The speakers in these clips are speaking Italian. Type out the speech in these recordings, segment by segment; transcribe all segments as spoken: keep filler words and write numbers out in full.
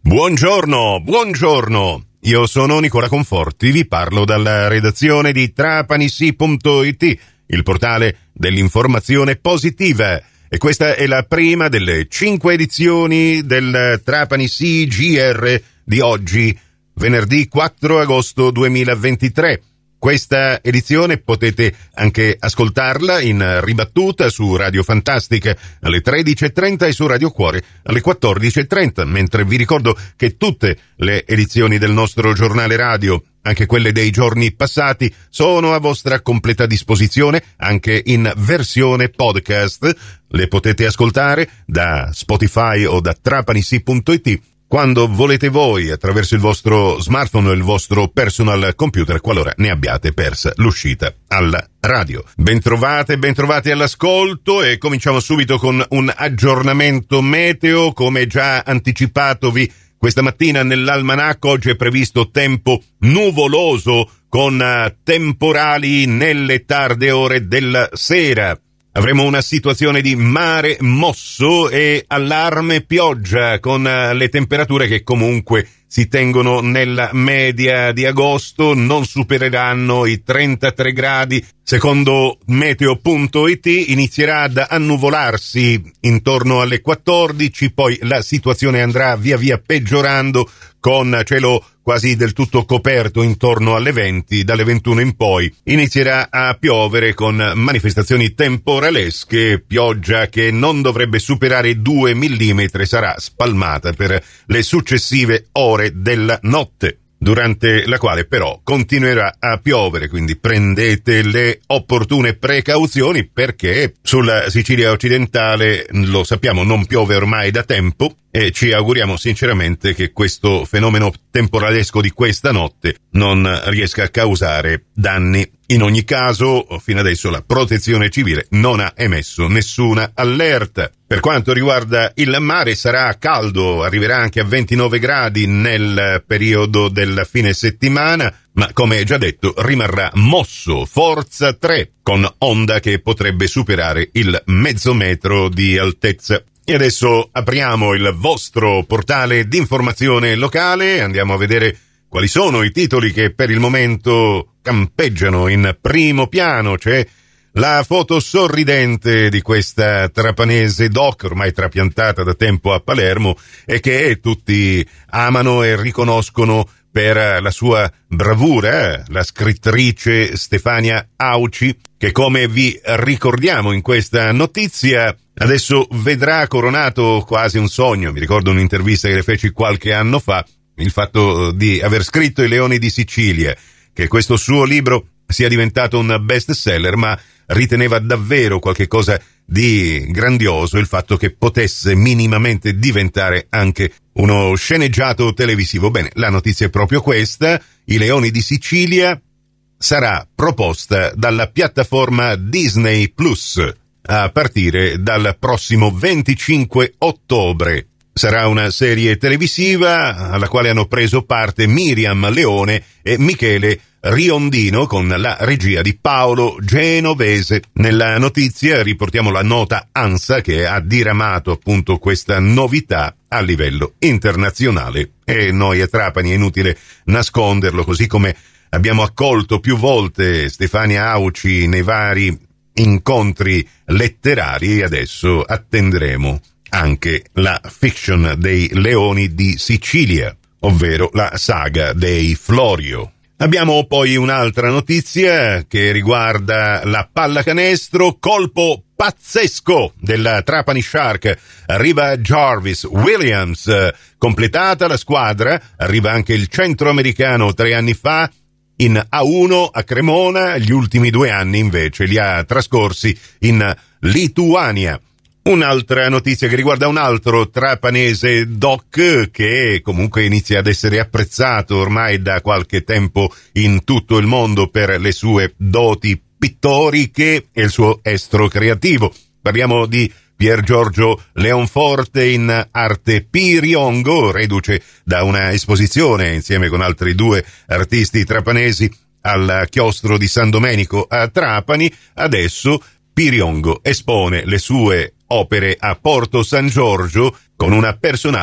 Buongiorno, buongiorno. Io sono Nicola Conforti, vi parlo dalla redazione di Trapanissi punto it, il portale dell'informazione positiva. E questa è la prima delle cinque edizioni del Trapanissi G R di oggi, venerdì quattro agosto duemilaventitré. Questa edizione potete anche ascoltarla in ribattuta su Radio Fantastica alle tredici e trenta e su Radio Cuore alle quattordici e trenta, mentre vi ricordo che tutte le edizioni del nostro giornale radio, anche quelle dei giorni passati, sono a vostra completa disposizione anche in versione podcast. Le potete ascoltare da Spotify o da Trapanissi punto it quando volete voi, attraverso il vostro smartphone o il vostro personal computer, qualora ne abbiate persa l'uscita alla radio. Bentrovate, bentrovati all'ascolto e cominciamo subito con un aggiornamento meteo. Come già anticipatovi questa mattina nell'almanacco, oggi è previsto tempo nuvoloso con temporali nelle tarde ore della sera. Avremo una situazione di mare mosso e allarme pioggia, con le temperature che comunque si tengono nella media di agosto, non supereranno i trentatré gradi. Secondo meteo punto it inizierà ad annuvolarsi intorno alle quattordici, poi la situazione andrà via via peggiorando con cielo quasi del tutto coperto intorno alle venti. Dalle ventuno in poi inizierà a piovere con manifestazioni temporalesche, pioggia che non dovrebbe superare i due millimetri, sarà spalmata per le successive ore della notte, durante la quale però continuerà a piovere, quindi prendete le opportune precauzioni, perché sulla Sicilia occidentale, lo sappiamo, non piove ormai da tempo e ci auguriamo sinceramente che questo fenomeno temporalesco di questa notte non riesca a causare danni. In ogni caso, fino adesso la Protezione Civile non ha emesso nessuna allerta. Per quanto riguarda il mare, sarà caldo, arriverà anche a ventinove gradi nel periodo del fine settimana, ma come già detto rimarrà mosso, forza tre, con onda che potrebbe superare il mezzo metro di altezza. E adesso apriamo il vostro portale di informazione locale, andiamo a vedere quali sono i titoli che per il momento campeggiano in primo piano. C'è la foto sorridente di questa trapanese doc, ormai trapiantata da tempo a Palermo e che tutti amano e riconoscono per la sua bravura, la scrittrice Stefania Auci, che come vi ricordiamo in questa notizia adesso vedrà coronato quasi un sogno. Mi ricordo un'intervista che le feci qualche anno fa, il fatto di aver scritto I Leoni di Sicilia, che questo suo libro sia diventato un best seller, ma riteneva davvero qualche cosa di grandioso il fatto che potesse minimamente diventare anche uno sceneggiato televisivo. Bene, la notizia è proprio questa: I Leoni di Sicilia sarà proposta dalla piattaforma Disney Plus a partire dal prossimo venticinque ottobre. Sarà una serie televisiva alla quale hanno preso parte Miriam Leone e Michele Riondino, con la regia di Paolo Genovese. Nella notizia riportiamo la nota ANSA che ha diramato appunto questa novità a livello internazionale, e noi a Trapani è inutile nasconderlo, così come abbiamo accolto più volte Stefania Auci nei vari incontri letterari, adesso attenderemo anche la fiction dei Leoni di Sicilia, ovvero la saga dei Florio. Abbiamo poi un'altra notizia che riguarda la pallacanestro, colpo pazzesco della Trapani Shark, arriva Jarvis Williams, completata la squadra, arriva anche il centroamericano tre anni fa in A uno a Cremona, gli ultimi due anni invece li ha trascorsi in Lituania. Un'altra notizia che riguarda un altro trapanese doc che comunque inizia ad essere apprezzato ormai da qualche tempo in tutto il mondo per le sue doti pittoriche e il suo estro creativo. Parliamo di Pier Giorgio Leonforte in arte Piriongo, reduce da una esposizione insieme con altri due artisti trapanesi al chiostro di San Domenico a Trapani. Adesso Piriongo espone le sue opere a Porto San Giorgio con una personale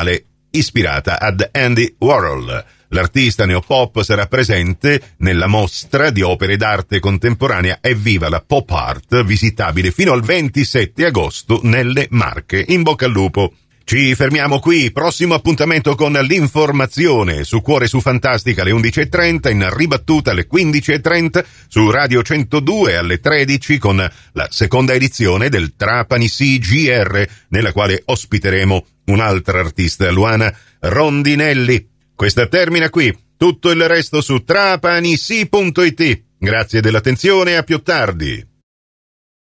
ispirata ad Andy Warhol. L'artista neopop sarà presente nella mostra di opere d'arte contemporanea Evviva la Pop Art, visitabile fino al ventisette agosto nelle Marche. In bocca al lupo! Ci fermiamo qui, prossimo appuntamento con l'informazione su Cuore su Fantastica alle undici e trenta, in ribattuta alle quindici e trenta, su Radio centodue alle tredici con la seconda edizione del Trapani C G R, nella quale ospiteremo un'altra artista, Luana Rondinelli. Questa termina qui, tutto il resto su trapani sì punto it. Grazie dell'attenzione e a più tardi.